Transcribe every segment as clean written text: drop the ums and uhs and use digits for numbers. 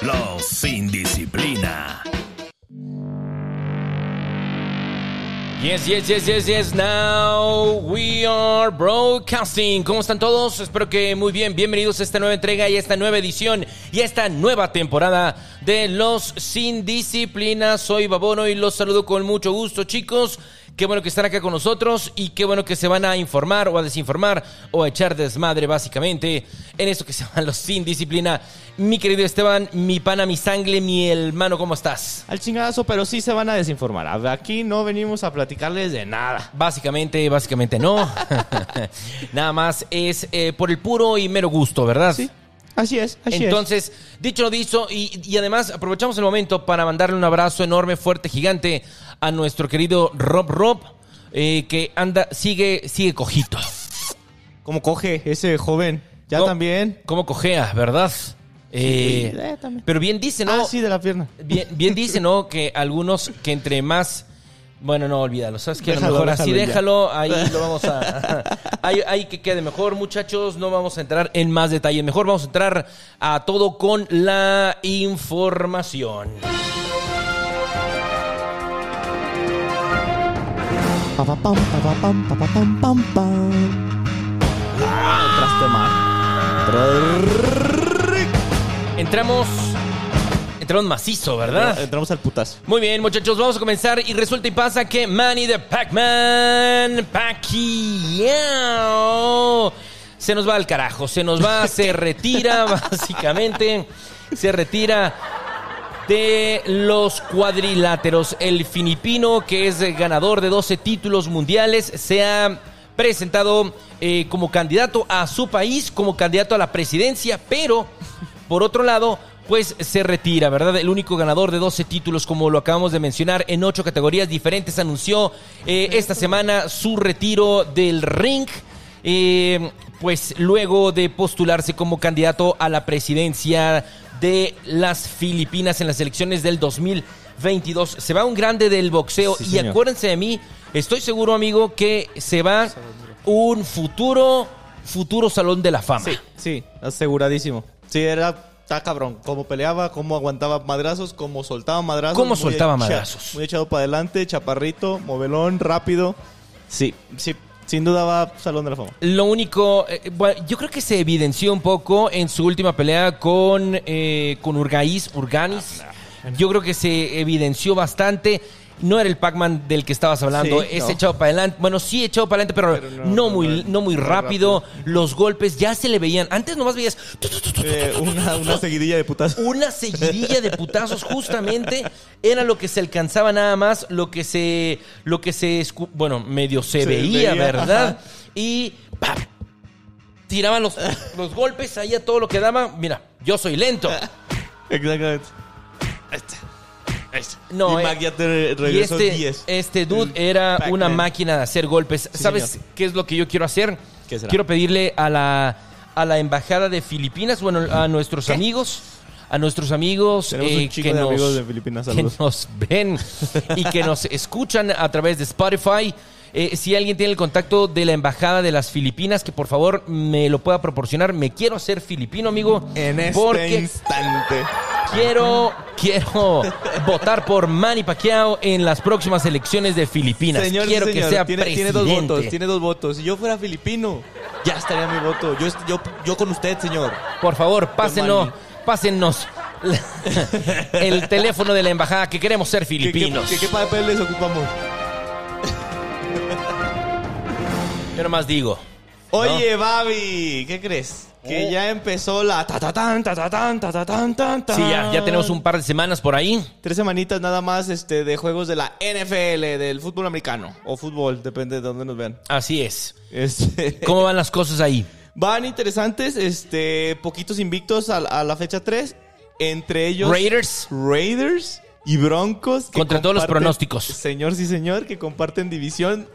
Los Sin Disciplina. Yes. Now we are broadcasting. ¿Cómo están todos? Espero que muy bien. Bienvenidos a esta nueva entrega y a esta nueva edición y a esta nueva temporada de Los Sin Disciplina. Soy Babono y los saludo con mucho gusto, chicos. Qué bueno que están acá con nosotros y qué bueno que se van a informar o a desinformar o a echar desmadre básicamente en esto que se llama Los Sin Disciplina. Mi querido Esteban, mi pana, mi sangre, mi hermano, ¿cómo estás? Al chingadazo, pero sí se van a desinformar. Aquí no venimos a platicarles de nada. Básicamente no. Nada más es por el puro y mero gusto, ¿verdad? Sí, así es. Entonces, dicho lo dicho, y además aprovechamos el momento para mandarle un abrazo enorme, fuerte, gigante a nuestro querido Rob, que sigue cojito. ¿Cómo coge ese joven? Ya también. ¿Cómo cojea, verdad? Sí, también. Pero bien dice, ¿no? Ah, sí, de la pierna. Bien dice, ¿no? Que algunos que entre más... Bueno, no, olvídalo. ¿Sabes qué? A lo Déjalo, mejor así déjalo. ya. Ahí lo vamos a... ahí que quede mejor, muchachos. No vamos a entrar en más detalles. Mejor vamos a entrar a todo con la información. Traste mal. Entramos macizo, ¿verdad? Entramos al putazo. Muy bien, muchachos, vamos a comenzar. Y resulta y pasa que Manny the Pac-Man Pacquiao se nos va al carajo. Se retira, básicamente. Se retira de los cuadriláteros. El filipino, que es ganador de 12 títulos mundiales, se ha presentado como candidato a su país, como candidato a la presidencia, pero por otro lado, pues se retira, ¿verdad? El único ganador de 12 títulos, como lo acabamos de mencionar, en 8 categorías diferentes, anunció esta semana su retiro del ring, pues luego de postularse como candidato a la presidencia de las Filipinas en las elecciones del 2022. Se va un grande del boxeo, sí, y señor. Acuérdense de mí, estoy seguro, amigo, que se va un futuro Salón de la Fama. Sí, aseguradísimo. Sí, está cabrón. Cómo peleaba, cómo aguantaba madrazos, cómo soltaba madrazos. Madrazos. Muy echado para adelante, chaparrito, movelón, rápido. Sí, sin duda va Salón de la Fama. Lo único, bueno, yo creo que se evidenció un poco en su última pelea con Urganis. Yo creo que se evidenció bastante. No era el Pac-Man del que estabas hablando, Sí, es no. echado para adelante. Bueno, sí echado para adelante, pero no muy rápido. Los golpes ya se le veían. Antes nomás veías Una seguidilla de putazos. una seguidilla de putazos, justamente era lo que se alcanzaba nada más, bueno, medio se veía, ¿verdad? Ajá. Y ¡pam! Tiraban los golpes ahí a todo lo que daba. Mira, yo soy lento. Exactamente. No, y Mac ya te regresó 10. Este dude era Pac-Man. una máquina de hacer golpes. Sí, ¿Sabes señor. qué es lo que yo quiero hacer? ¿Qué será? Quiero pedirle a la embajada de Filipinas, bueno, a nuestros amigos. Tenemos un chico de amigos de Filipinas. que Saludos. nos ven y que nos escuchan a través de Spotify. Si alguien tiene el contacto de la embajada de las Filipinas, que por favor me lo pueda proporcionar. Me quiero hacer filipino, amigo. En este porque instante. quiero votar por Manny Pacquiao en las próximas elecciones de Filipinas. Señor, quiero sí, que señor. sea Tiene presidente. Tiene dos votos. Si yo fuera filipino, ya estaría mi voto. Yo con usted, señor. Por favor, Manny. pásennos el teléfono de la embajada, que queremos ser filipinos. ¿Qué papeles ocupamos? Yo nomás digo. Oye, Babi, ¿qué crees? Que ya empezó la ta-ta-tan. Sí, ya tenemos un par de semanas por ahí. 3 semanitas nada más de juegos de la NFL, del fútbol americano. O fútbol, depende de dónde nos vean. Así es. Este, ¿Cómo van las cosas ahí? Van interesantes, poquitos invictos a la fecha 3. Entre ellos Raiders y Broncos. Contra todos los comparten- pronósticos. Señor, sí, señor, que comparten división.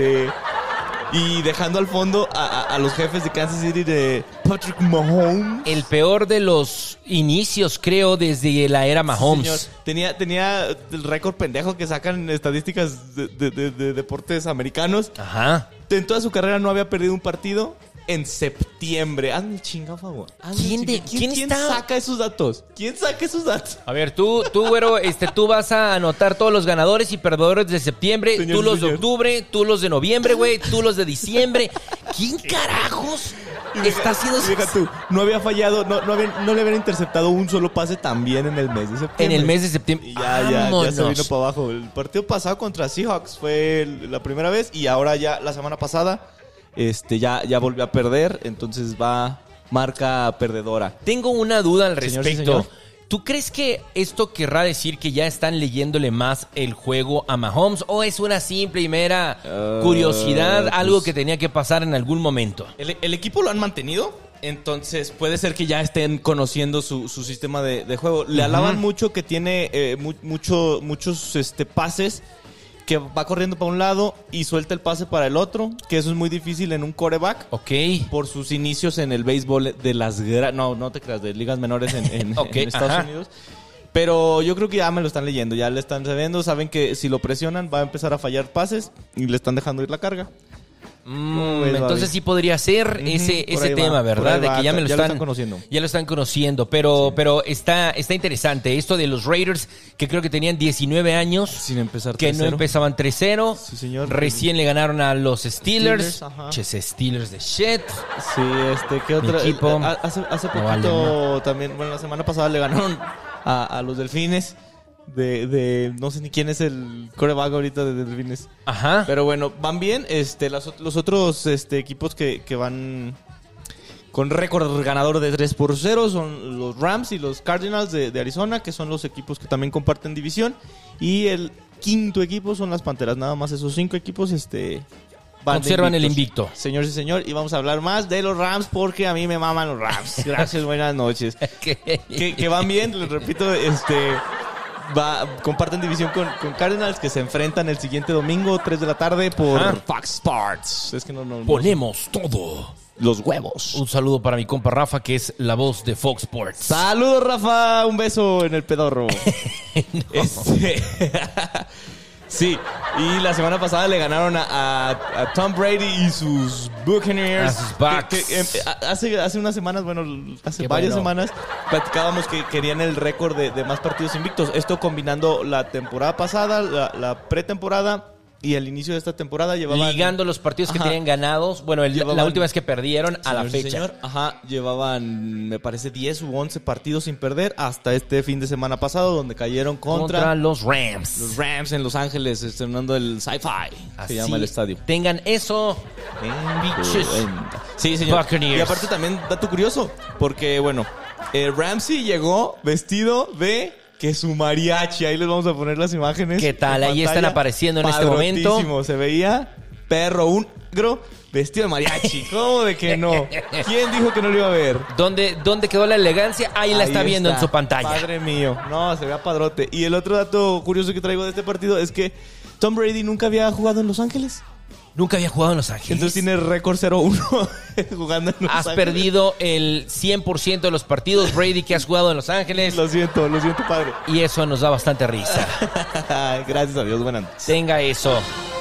Y dejando al fondo a los jefes de Kansas City de Patrick Mahomes. El peor de los inicios, creo, desde la era Mahomes. Señor, tenía el récord pendejo que sacan en estadísticas de deportes americanos. Ajá. En toda su carrera no había perdido un partido. en septiembre. Hazme el chingado favor. ¿Quién está? saca esos datos? ¿Quién saca esos datos? A ver, tú, güero, tú vas a anotar todos los ganadores y perdedores de septiembre, Señor, tú los de señor. octubre, tú los de noviembre, güey, tú los de diciembre. ¿Quién carajos está haciendo Y deja tú, no había fallado, no le habían interceptado un solo pase también en el mes de septiembre. en el mes de septiembre? Y ya se Vámonos. vino para abajo. El partido pasado contra Seahawks fue la primera vez y ahora ya la semana pasada ya volvió a perder, entonces va marca perdedora. Tengo una duda al Señor, respecto. sí, señor. ¿Tú crees que esto querrá decir que ya están leyéndole más el juego a Mahomes o es una simple y mera curiosidad, algo pues- que tenía que pasar en algún momento? El equipo lo han mantenido, entonces puede ser que ya estén conociendo su sistema de juego. Le alaban mucho que tiene muchos pases, que va corriendo para un lado y suelta el pase para el otro, que eso es muy difícil en un quarterback. Ok. Por sus inicios en el béisbol de las... no te creas, de ligas menores en Ok, Estados ajá. Unidos. Pero yo creo que ya me lo están leyendo, ya le están sabiendo, saben que si lo presionan va a empezar a fallar pases y le están dejando ir la carga. ves, Entonces Babi? sí podría ser Ujú, ese por ahí tema, va, ¿verdad? por ahí De va, que ya me lo ya lo están están conociendo. Ya lo están conociendo, pero está interesante esto de los Raiders, que creo que tenían 19 años, Sin empezar que no 3-0. empezaban 3-0. Sí, señor. Recién le ganaron a los Steelers. Steelers, ajá. Ches Steelers de shit. Sí, ¿qué otra? equipo. Hace No vale, poquito también, bueno, la semana pasada le ganaron a los Delfines. No sé ni quién es el quarterback ahorita de Delfines. Ajá. Pero bueno, van bien. Los otros equipos que van con récord ganador de 3-0 son los Rams y los Cardinals de Arizona, que son los equipos que también comparten división. Y el quinto equipo son las Panteras. Nada más esos 5 equipos van Conservan de el invictos. invicto. Señor y señor, y vamos a hablar más de los Rams porque a mí me maman los Rams. Gracias, buenas noches. que van bien, les repito, comparten división con Cardinals, que se enfrentan el siguiente domingo, 3 de la tarde, por Ajá. Fox Sports. Es que no. Ponemos todo. Los huevos. Un saludo para mi compa Rafa, que es la voz de Fox Sports. Saludos, Rafa. Un beso en el pedorro. Sí, y la semana pasada le ganaron a Tom Brady y sus Buccaneers. A sus Bucks. Hace unas semanas, bueno, hace Qué varias bueno. semanas, platicábamos que querían el récord de más partidos invictos. Esto combinando la temporada pasada, la pretemporada y el inicio de esta temporada llevaban... Ligando los partidos que Ajá. tenían ganados. Bueno, la Llevaban- última vez que perdieron a la Señor y fecha. señor, ajá, llevaban, me parece, 10 u 11 partidos sin perder hasta este fin de semana pasado, donde cayeron Contra los Rams. los Rams en Los Ángeles, estrenando el Sci-Fi, Así se llama el estadio. Tengan eso. Bitches. Sí, señor. Buccaneers. Y aparte también, dato curioso, porque, bueno, Ramsey llegó vestido de que su mariachi. Ahí les vamos a poner las imágenes. ¿Qué tal? en Ahí están pantalla. apareciendo en este momento. Padrotísimo. Se veía perro, un negro vestido de mariachi. ¿Cómo de que no? ¿Quién dijo que no lo iba a ver? ¿Dónde quedó la elegancia? Ahí la está viendo en su pantalla. Padre mío. No, se vea padrote. Y el otro dato curioso que traigo de este partido es que Tom Brady nunca había jugado en Los Ángeles. Nunca había jugado en Los Ángeles. Entonces tiene récord 0-1 jugando en Los Has Ángeles. perdido el 100% de los partidos, Brady, que has jugado en Los Ángeles. Lo siento, padre. Y eso nos da bastante risa. Gracias a Dios, buenas noches. Tenga eso.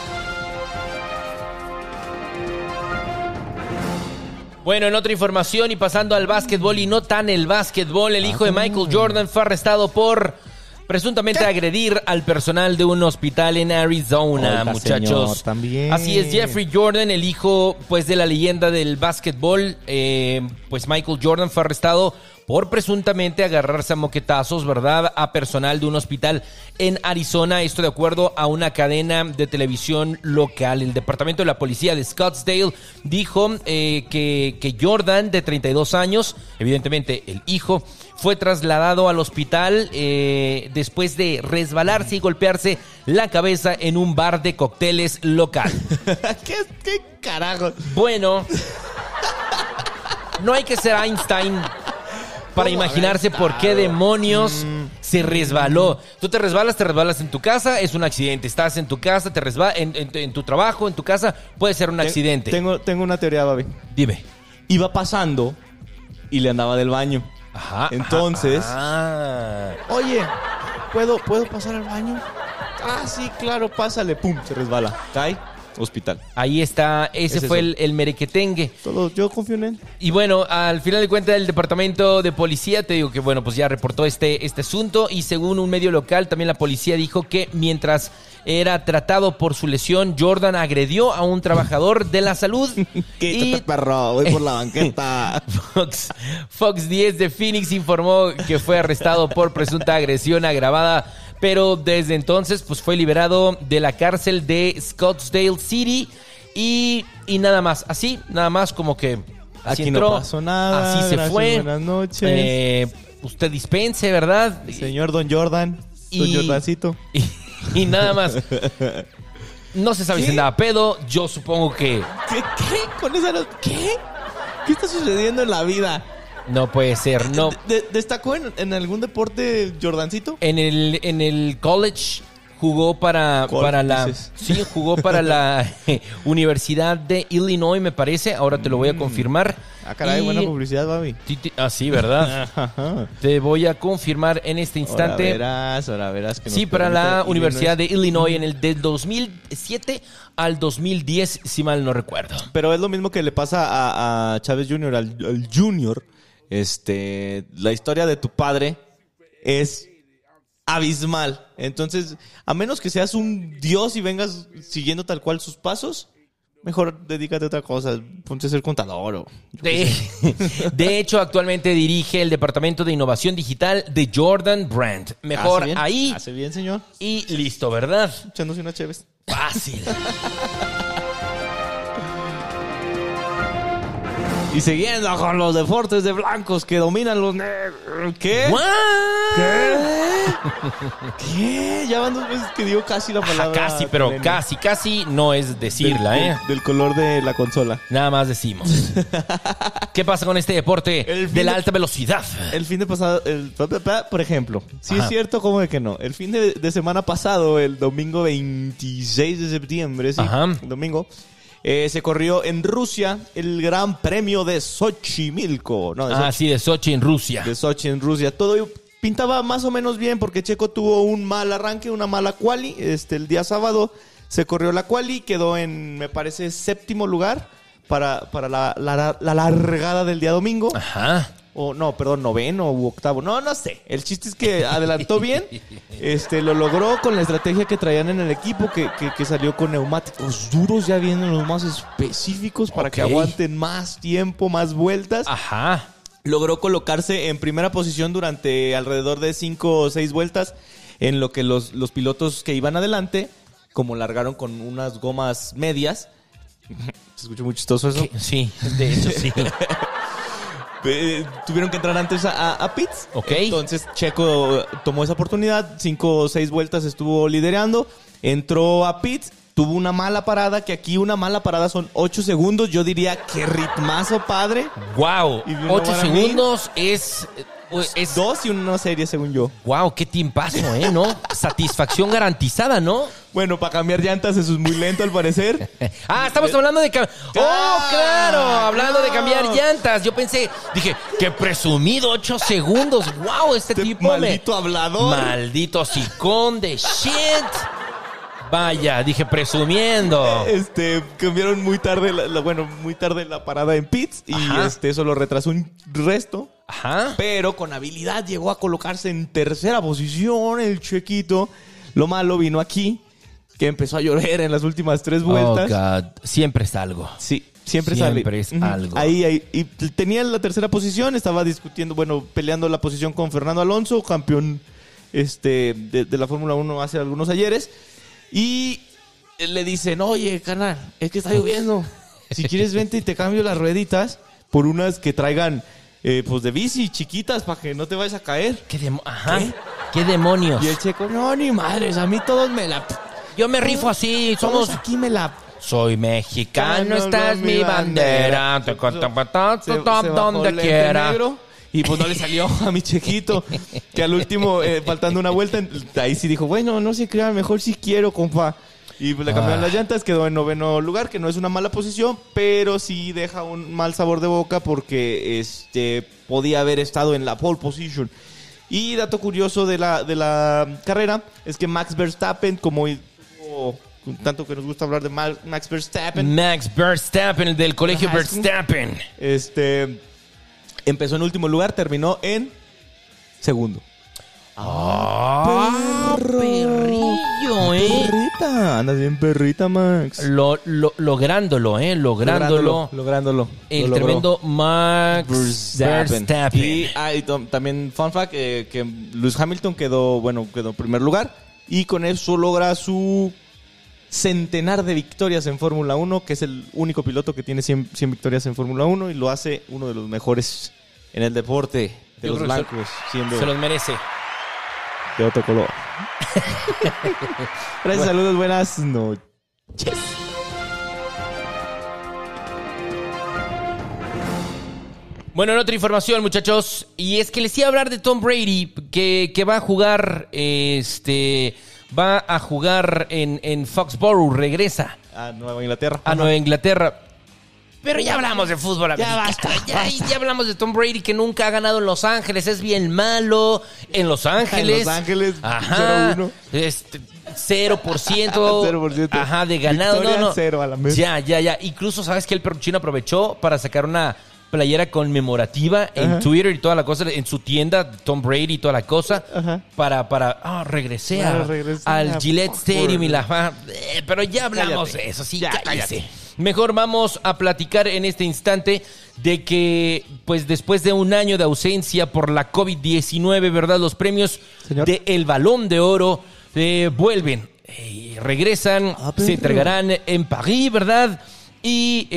Bueno, en otra información y pasando al básquetbol y no tan el básquetbol, el hijo de Michael Jordan fue arrestado por presuntamente agredir al personal de un hospital en Arizona, Oiga, muchachos. señor, también. Así es, Jeffrey Jordan, el hijo pues de la leyenda del básquetbol, pues Michael Jordan fue arrestado por presuntamente agarrarse a moquetazos, ¿verdad?, a personal de un hospital en Arizona. Esto de acuerdo a una cadena de televisión local. El departamento de la policía de Scottsdale dijo que Jordan, de 32 años, evidentemente el hijo, fue trasladado al hospital después de resbalarse y golpearse la cabeza en un bar de cócteles local. ¿Qué carajo? Bueno, no hay que ser Einstein para ¿Cómo imaginarse haber por qué estado? demonios se resbaló. Tú te resbalas en tu casa, es un accidente. Estás en tu casa, te resbalas en tu trabajo, en tu casa, puede ser un accidente. Tengo una teoría, Babi. Dime. Iba pasando y le andaba del baño. Ajá. Entonces, Ah. oye, ¿puedo pasar al baño? Ah, sí, claro, pásale. Pum, se resbala. Cae, hospital. Ahí está, ese Es fue eso. el merequetengue. Solo yo confío en él. Y bueno, al final de cuentas el departamento de policía, te digo que bueno, pues ya reportó este asunto y según un medio local también la policía dijo que mientras era tratado por su lesión, Jordan agredió a un trabajador de la salud. Quítate, perro, voy por la banqueta. Fox 10 de Phoenix informó que fue arrestado por presunta agresión agravada, pero desde entonces pues fue liberado de la cárcel de Scottsdale City y nada más, así, nada más como que así Aquí entró, no pasó nada. así se gracias, fue. Buenas noches. Usted dispense, ¿verdad? Señor Don Jordan. Don Jordancito. Y nada más. No se sabe si ¿Qué? andaba pedo. Yo supongo que ¿Qué? ¿Con esa no? ¿Qué? ¿Qué está sucediendo en la vida? no puede ser. No. ¿Destacó en algún deporte Jordancito? En el college jugó para la dices. sí, jugó para la Universidad de Illinois, me parece. Ahora te lo voy a confirmar. Ah, caray, Y- buena publicidad, Babi. Ah, sí, ¿verdad? Ajá. Te voy a confirmar en este instante. Ahora verás que nos Sí, para la permite Universidad de Illinois. Illinois en el del 2007 al 2010, si mal no recuerdo. Pero es lo mismo que le pasa a Chávez Jr., al Junior. La historia de tu padre es abismal. Entonces, a menos que seas un dios y vengas siguiendo tal cual sus pasos, mejor dedícate a otra cosa. Ponte a ser contador o... De hecho, actualmente dirige el Departamento de Innovación Digital de Jordan Brand. Mejor Hace bien, ahí Hace bien, señor. y listo, ¿verdad? Echándose una Chévez. Fácil. Y siguiendo con los deportes de blancos que dominan los negros. ¿Qué? ¿What? ¿Qué? Ya van 2 veces que digo casi la Ajá, palabra. casi, pero Nene. casi no es decirla, Del color de la consola. Nada más decimos. ¿Qué pasa con este deporte El fin de la de- alta velocidad? El fin de pasado, por ejemplo, sí Ajá. es cierto, ¿cómo de que no? El fin de semana pasado, el domingo 26 de septiembre, sí, Ajá. el domingo, se corrió en Rusia el Gran Premio de Xochimilco. No, de Sochi, Sí, de Sochi en Rusia. de Sochi en Rusia. Todo pintaba más o menos bien porque Checo tuvo un mal arranque, una mala quali. El día sábado se corrió la quali, quedó en, me parece, 7º lugar para la largada del día domingo. Ajá. O no, perdón, 9º u 8º. No sé. El chiste es que adelantó bien. Lo logró con la estrategia que traían en el equipo, que salió con neumáticos duros, ya vienen los más específicos para que Ok. aguanten más tiempo, más vueltas. Ajá. Logró colocarse en primera posición durante alrededor de 5 o 6 vueltas, en lo que los pilotos que iban adelante, como largaron con unas gomas medias. Se escucha muy chistoso eso. Sí, de hecho sí. Tuvieron que entrar antes a pits. Ok. Entonces Checo tomó esa oportunidad, 5 o 6 vueltas estuvo liderando, entró a pits, tuvo una mala parada, que aquí una mala parada son 8 segundos. Yo diría que ritmazo, padre. Wow. Y vino 8 para mí. segundos es 2 y una serie, según yo. wow, qué timpazo, ¿no? Satisfacción garantizada, ¿no? Bueno, para cambiar llantas eso es muy lento al parecer. Estamos hablando de ¡Oh, claro! Hablando de cambiar llantas. Yo pensé, dije, qué presumido, 8 segundos. ¡Wow! Este tipo Maldito hablador. Maldito sicón de shit. Vaya, dije presumiendo. Cambiaron muy tarde muy tarde la parada en pits y Ajá. eso lo retrasó un resto. Ajá. Pero con habilidad llegó a colocarse en tercera posición el chequito. Lo malo vino aquí, que empezó a llover en las últimas 3 vueltas. Oh, God. Siempre es algo. Sí, siempre Siempre sale. es algo. Ahí. Y tenía la tercera posición, estaba discutiendo, peleando la posición con Fernando Alonso, campeón de la Fórmula 1 hace algunos ayeres. Y le dicen, oye, carnal, es que está lloviendo. Si quieres, vente y te cambio las rueditas por unas que traigan, pues de bici, chiquitas, para que no te vayas a caer. Ajá. ¿Qué? ¿Qué demonios? Y el Checo, no, ni madres, a mí todos me la... Yo me rifo así, Todos somos... aquí me la... Soy mexicano, No, esta es mi bandera. Se bajó Donde el lente quiera. negro y pues no le salió a mi Chequito, que al último, faltando una vuelta, ahí sí dijo, bueno, no se crean, mejor si quiero, compa. Y pues le cambiaron las llantas, quedó en 9º lugar, que no es una mala posición, pero sí deja un mal sabor de boca porque podía haber estado en la pole position. Y dato curioso de la carrera es que Max Verstappen, como tanto que nos gusta hablar de Max Verstappen. Max Verstappen, el del colegio Verstappen. Empezó en último lugar, terminó en segundo. Perrillo, Perrita, andas bien perrita, Max. Lográndolo. Lográndolo. El tremendo Max Verstappen. Y también, fun fact, que Lewis Hamilton quedó en primer lugar. Y con eso logra su centenar de victorias en Fórmula 1, que es el único piloto que tiene 100 victorias en Fórmula 1 y lo hace uno de los mejores en el deporte de los blancos. Se los merece. De otro color. Gracias, saludos, buenas noches. Bueno, en otra información, muchachos, y es que les iba a hablar de Tom Brady, que va a jugar, va a jugar en Foxborough, regresa. A Nueva Inglaterra. A Nueva Inglaterra. Pero ya hablamos de fútbol americano. Basta. Ya hablamos de Tom Brady, que nunca ha ganado en Los Ángeles. Es bien malo en Los Ángeles. En Los Ángeles, ajá, 0-1. 0%. 0%. Ajá, de ganado. Victoria no. 0 a la mesa. Ya. Incluso, ¿sabes que el Perruchino aprovechó para sacar una playera conmemorativa en Twitter y toda la cosa, en su tienda, Tom Brady y toda la cosa, regresé al Gillette Stadium y pero ya hablamos de eso, sí, cállate. Mejor vamos a platicar en este instante de que, pues después de un año de ausencia por la COVID-19, ¿verdad? Los premios del Balón de Oro vuelven, regresan, se entregarán en París, ¿verdad? Y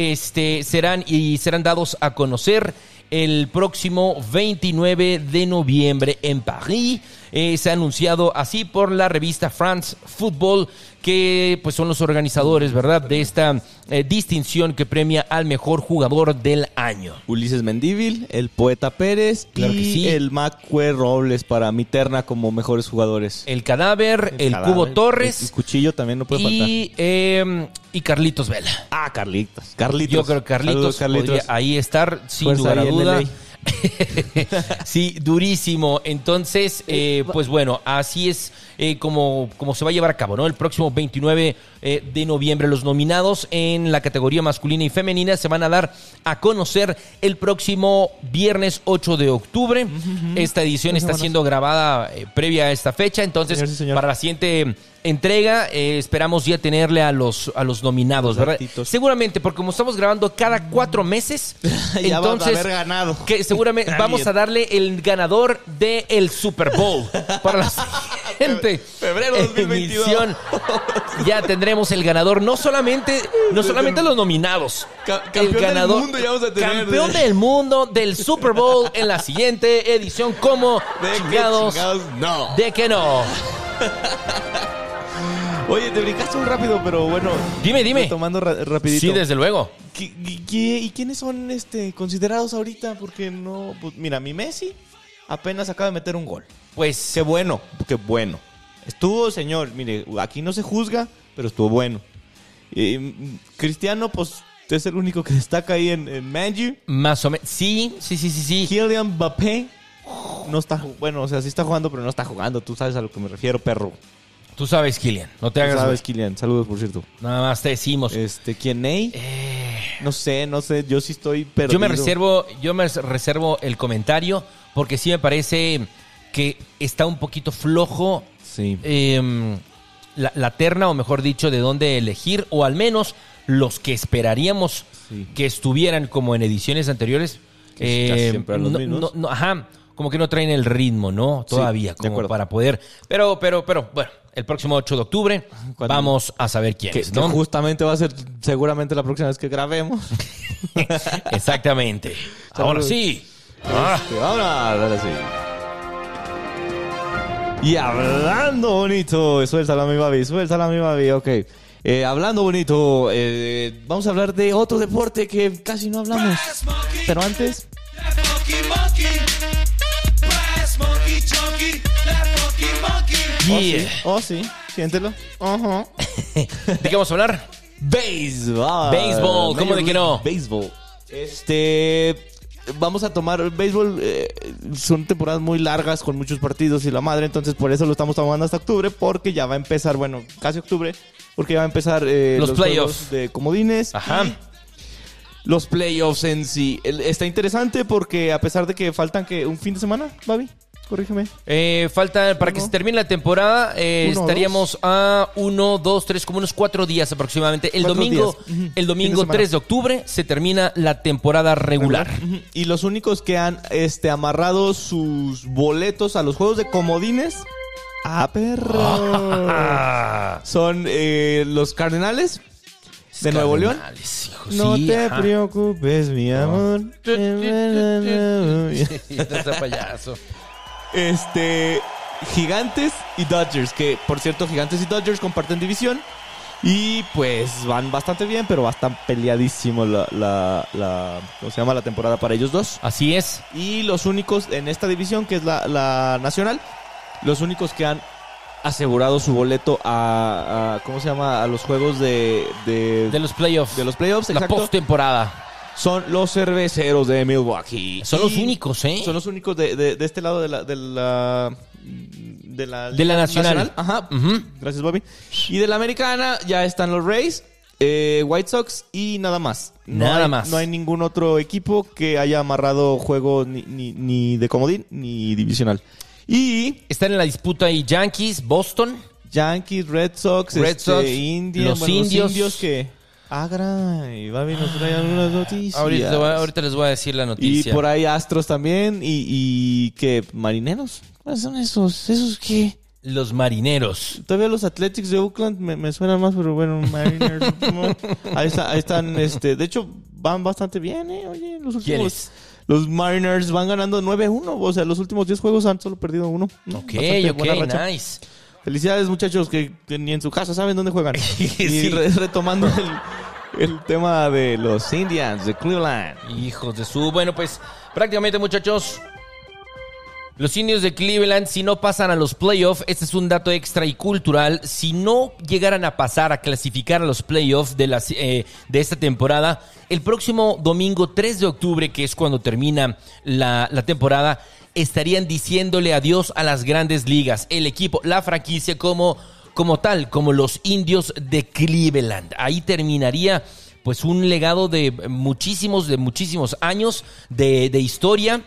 serán dados a conocer el próximo 29 de noviembre en París. Se ha anunciado así por la revista France Football, que pues son los organizadores, ¿verdad?, de esta distinción que premia al mejor jugador del año. Ulises Mendívil, el Poeta Pérez el Macue Robles para mi terna como mejores jugadores. El Cadáver, el Cubo Torres. El Cuchillo también no puede faltar. Y Carlitos Vela. Carlitos. Yo creo que Carlitos podría ahí estar, sin lugar a duda. Sí, durísimo. Entonces, pues bueno, así es como se va a llevar a cabo, ¿no? El próximo 29 de noviembre. Los nominados en la categoría masculina y femenina se van a dar a conocer el próximo viernes 8 de octubre. Esta edición está siendo grabada previa a esta fecha. Entonces, señor. para la siguiente entrega, esperamos ya tenerle a los nominados, ¿verdad? Ratitos. Seguramente, porque como estamos grabando cada 4 meses, ya entonces vamos a haber ganado. que seguramente vamos a darle el ganador del Super Bowl para la siguiente febrero 2022. emisión. Ya tendremos el ganador, no solamente los nominados, campeón el ganador, del mundo ya vamos a tener. Campeón del mundo del Super Bowl en la siguiente edición. ¿Cómo chingados? No. ¿De que no? Oye, te brincaste muy rápido, pero bueno. Dime. Tomando rapidito. Sí, desde luego. ¿Y quiénes son considerados ahorita? Porque no... Pues, mira, mi Messi apenas acaba de meter un gol. Pues... Qué bueno. Estuvo, señor, mire, aquí no se juzga, pero estuvo bueno. Cristiano, pues, es el único que destaca ahí en Man U. Más o menos. Sí. Kylian Mbappé no está... Bueno, o sea, sí está jugando, pero no está jugando. Tú sabes a lo que me refiero, perro. Tú sabes, Kylian. No te hagas... Tú sabes, Kylian. Saludos, por cierto. Nada más te decimos. ¿Quién es? No sé. Yo sí estoy perdido. Yo me reservo el comentario porque sí me parece que está un poquito flojo. Sí. La terna, o mejor dicho, de dónde elegir, o al menos los que esperaríamos que estuvieran como en ediciones anteriores. Casi siempre a los mismos. Como que no traen el ritmo, ¿no? Todavía, como para poder. Pero, bueno, el próximo 8 de octubre vamos a saber quién es, ¿no? Que justamente va a ser seguramente la próxima vez que grabemos. Exactamente. Ahora sí. Ahora sí. Y hablando bonito, suéltala mi baby, ok. Hablando bonito, vamos a hablar de otro deporte que casi no hablamos. Pero antes... Yeah. Oh, sí, siéntelo. Uh-huh. ¿De qué vamos a hablar? Béisbol, ¿cómo de que no? Béisbol. Vamos a tomar béisbol. Son temporadas muy largas con muchos partidos y la madre. Entonces, por eso lo estamos tomando hasta octubre. Porque ya va a empezar, casi octubre. porque ya va a empezar los playoffs juegos de comodines. Ajá. Y los playoffs en sí. Está interesante porque a pesar de que faltan un fin de semana, Babi, corrígeme. Falta para que se termine la temporada. Estaríamos a 1, 2, 3, como unos 4 días aproximadamente. El domingo Fin de 3 de octubre se termina la temporada regular. Ujú. Y los únicos que han amarrado sus boletos a los juegos de comodines. ¡Ah, perro! Son los Cardenales de Nuevo León. Hijo, No sí, te ajá. preocupes, mi amor. Sí, está payaso. Gigantes y Dodgers, que por cierto Gigantes y Dodgers comparten división y pues van bastante bien, pero va a estar peleadísimo ¿cómo se llama? La temporada para ellos dos. Así es. Y los únicos en esta división, que es la nacional, los únicos que han asegurado su boleto a ¿cómo se llama? A los juegos de los playoffs. de los playoffs, La exacto, postemporada. son los Cerveceros de Milwaukee. Son los únicos, ¿eh? Son los únicos de este lado de la nacional. Ajá. Ujú. Gracias, Bobby. Y de la americana ya están los Rays, White Sox y nada más. Nada más. No hay ningún otro equipo que haya amarrado juego ni de comodín ni divisional. Y Están en la disputa ahí Yankees, Boston. Yankees, Red Sox, Indians, los indios que... Caray, Babi nos trae algunas noticias. Ahorita les voy a decir la Y noticia. por ahí Astros también. Y ¿qué? ¿Marineros? ¿Cuáles son esos? ¿Esos qué? Los Marineros. Todavía los Athletics de Oakland me suenan más, pero bueno, Mariners. ¿no? Ahí están, de hecho, van bastante bien, Oye, los últimos... ¿Quiénes? Los Mariners van ganando 9-1. O sea, los últimos 10 juegos han solo perdido uno. Ok, Bastante buena racha. nice. Felicidades, muchachos, que ni en su casa saben dónde juegan. Sí. Y retomando el tema de los Indians de Cleveland. Hijos de su... Bueno, pues prácticamente, muchachos, los indios de Cleveland, si no pasan a los playoffs, este es un dato extra y cultural, si no llegaran a pasar a clasificar a los playoffs de esta temporada, el próximo domingo 3 de octubre, que es cuando termina la temporada, estarían diciéndole adiós a las grandes ligas. El equipo, la franquicia como tal, como los indios de Cleveland. Ahí terminaría pues un legado de muchísimos años de historia.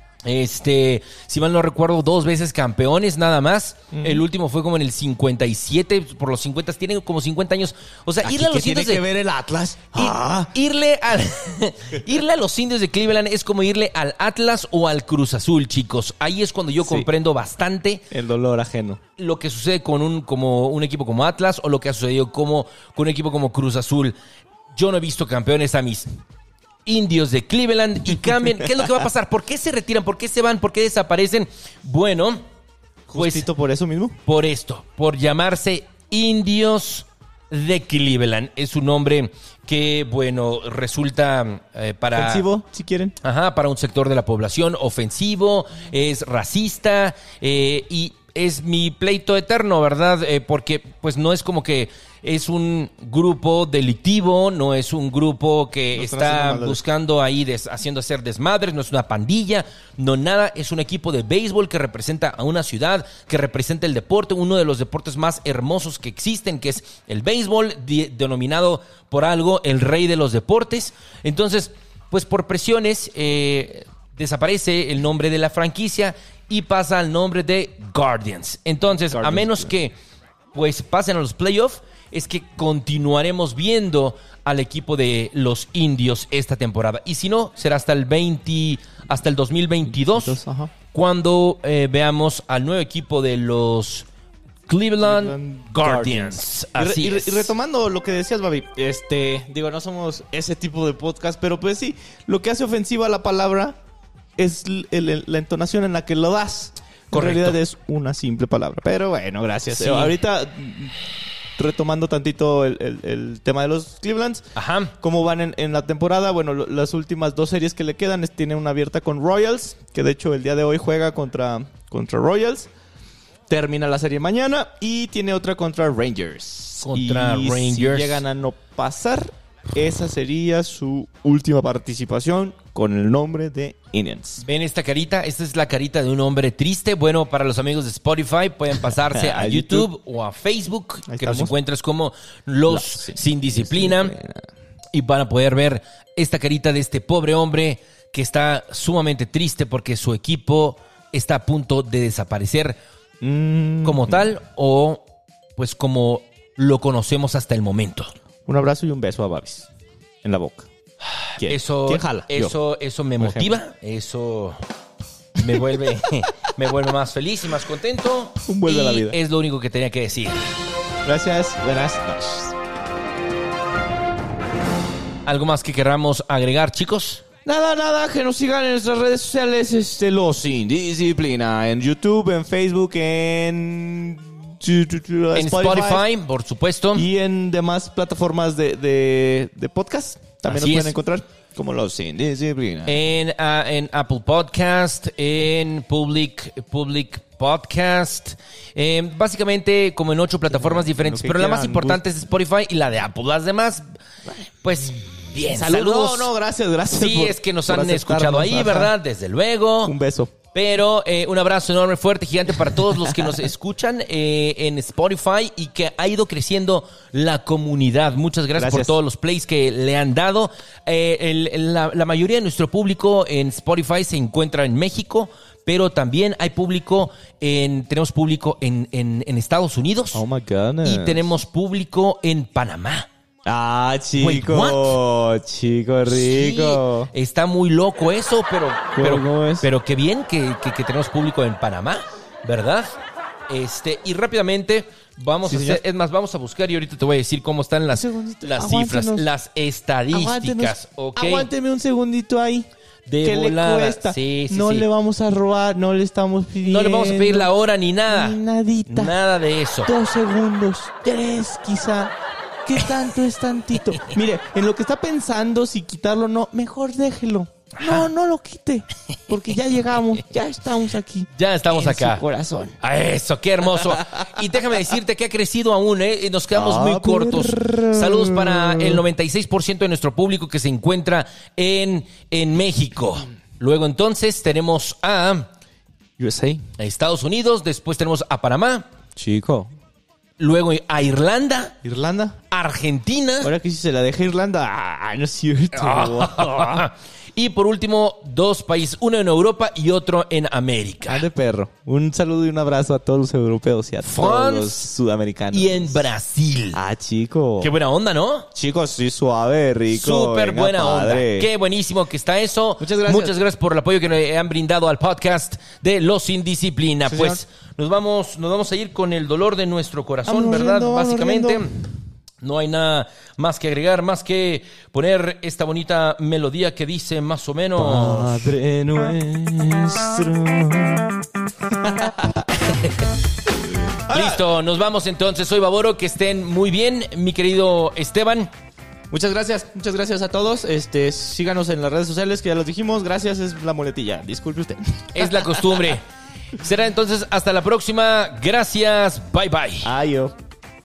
Si mal no recuerdo, 2 veces campeones nada más. El último fue como en el 57, por los 50, tienen como 50 años. O sea, irle a los indios que ver el Atlas? Irle a los indios de Cleveland es como irle al Atlas o al Cruz Azul, chicos. Ahí es cuando yo comprendo bastante El dolor ajeno. lo que sucede con un equipo como Atlas o lo que ha sucedido con un equipo como Cruz Azul. Yo no he visto campeones a mis indios de Cleveland y cambian. ¿Qué es lo que va a pasar? ¿Por qué se retiran? ¿Por qué se van? ¿Por qué desaparecen? Bueno, pues ¿Justito por eso mismo? por esto, por llamarse Indios de Cleveland. Es un nombre que, bueno, resulta para... Ofensivo, si quieren. Ajá, para un sector de la población ofensivo, es racista y es mi pleito eterno, ¿verdad? Porque pues no es como que es un grupo delictivo, no es un grupo que No están está haciendo maldades. buscando ahí haciendo hacer desmadres, no es una pandilla, no nada, es un equipo de béisbol que representa a una ciudad, que representa el deporte, uno de los deportes más hermosos que existen, que es el béisbol, denominado por algo el rey de los deportes. Entonces, pues por presiones desaparece el nombre de la franquicia y pasa al nombre de Guardians. Entonces, a menos que pues pasen a los playoffs, es que continuaremos viendo al equipo de los indios esta temporada. Y si no, será hasta el 2022, Ajá. cuando veamos al nuevo equipo de los Cleveland Guardians. Así Y es. retomando lo que decías, Babi, digo, no somos ese tipo de podcast, pero pues sí, lo que hace ofensiva la palabra es la entonación en la que lo das. Correcto. En realidad es una simple palabra. Pero bueno, gracias. Sí. Ahorita, retomando tantito el tema de los Clevelands. Ajá. ¿Cómo van en la temporada? Bueno, las últimas 2 series que le quedan tiene una abierta con Royals, que de hecho el día de hoy juega contra Royals. Termina la serie mañana y tiene otra contra Rangers. Contra y Rangers. Si llegan a no pasar, esa sería su última participación con el nombre de Indians. ¿Ven esta carita? Esta es la carita de un hombre triste. Bueno, para los amigos de Spotify pueden pasarse a YouTube o a Facebook, Ahí que nos estamos. encuentras como Los Sin Disciplina. Y van a poder ver esta carita de este pobre hombre que está sumamente triste porque su equipo está a punto de desaparecer como tal o pues como lo conocemos hasta el momento. Un abrazo y un beso a Babis en la boca. ¿Quién? Eso, ¿Quién jala? Yo. eso me Por motiva, eso me vuelve más feliz y más contento. Un vuelve a la vida. Es lo único que tenía que decir. Gracias, buenas noches. ¿Algo más que queramos agregar, chicos? Nada, que nos sigan en nuestras redes sociales, Los Sin Disciplina, en YouTube, en Facebook, en Spotify, por supuesto. y en demás plataformas de podcast. También Así nos es. pueden encontrar como Los Sin Disciplina. En Apple Podcast, en Public Podcast, básicamente como en 8 plataformas diferentes, lo que pero la más quieran, importante es Spotify y la de Apple. Las demás, pues bien, saludos. No, gracias. Sí, por- es que nos por han escuchado aceptarnos. ahí, Ajá. ¿verdad? Desde luego. Un beso. Pero un abrazo enorme, fuerte, gigante para todos los que nos escuchan en Spotify y que ha ido creciendo la comunidad. Muchas gracias por Gracias. todos los plays que le han dado. La mayoría de nuestro público en Spotify se encuentra en México, pero también hay público tenemos público en Estados Unidos Oh my goodness. y tenemos público en Panamá. Ah, Wait, chico rico. Sí, está muy loco eso, ¿Cómo es? pero qué bien que tenemos público en Panamá, ¿verdad? Y rápidamente vamos Sí, a señor. hacer, es más, vamos a buscar y ahorita te voy a decir cómo están las segundito, cifras, aguántenos. las estadísticas, ¿ok? Aguánteme un segundito ahí. De ¿Qué volada. le cuesta? Sí, no sí. le vamos a robar, no le estamos pidiendo. No le vamos a pedir la hora ni nada. Ni nadita. Nada de eso. 2 segundos, 3 quizá. ¿Qué tanto es tantito? Mire, en lo que está pensando si quitarlo o no, mejor déjelo. No lo quite. Porque ya llegamos, ya estamos aquí. Ya estamos en acá. su corazón. A eso, qué hermoso. Y déjame decirte que ha crecido aún, ¿eh? Y nos quedamos Ah, muy cortos. perro. Saludos para el 96% de nuestro público que se encuentra en México. Luego entonces tenemos a USA. Estados Unidos, después tenemos a Panamá, Chico. luego a Irlanda, Irlanda. Argentina. Ahora que si se la deja Irlanda. Ah, no es cierto. Y por último, 2 países, uno en Europa y otro en América. Ah, de perro. Un saludo y un abrazo a todos los europeos y a todos France los sudamericanos. Y en Brasil. Ah, chico. Qué buena onda, ¿no? Chicos, sí, suave, rico. Súper venga, buena padre. onda. Qué buenísimo que está eso. Muchas gracias. Muchas gracias por el apoyo que le han brindado al podcast de Los Sin Disciplina. Sí, Pues nos vamos a ir con el dolor de nuestro corazón, Vámonos ¿verdad? riendo, vámonos Básicamente. riendo. No hay nada más que agregar, más que poner esta bonita melodía que dice más o menos. Padre nuestro. Listo, nos vamos entonces. Soy Baboro, que estén muy bien, mi querido Esteban. Muchas gracias a todos. Síganos en las redes sociales, que ya los dijimos. Gracias, es la muletilla. Disculpe usted. Es la costumbre. Será entonces hasta la próxima. Gracias. Bye bye. Adiós.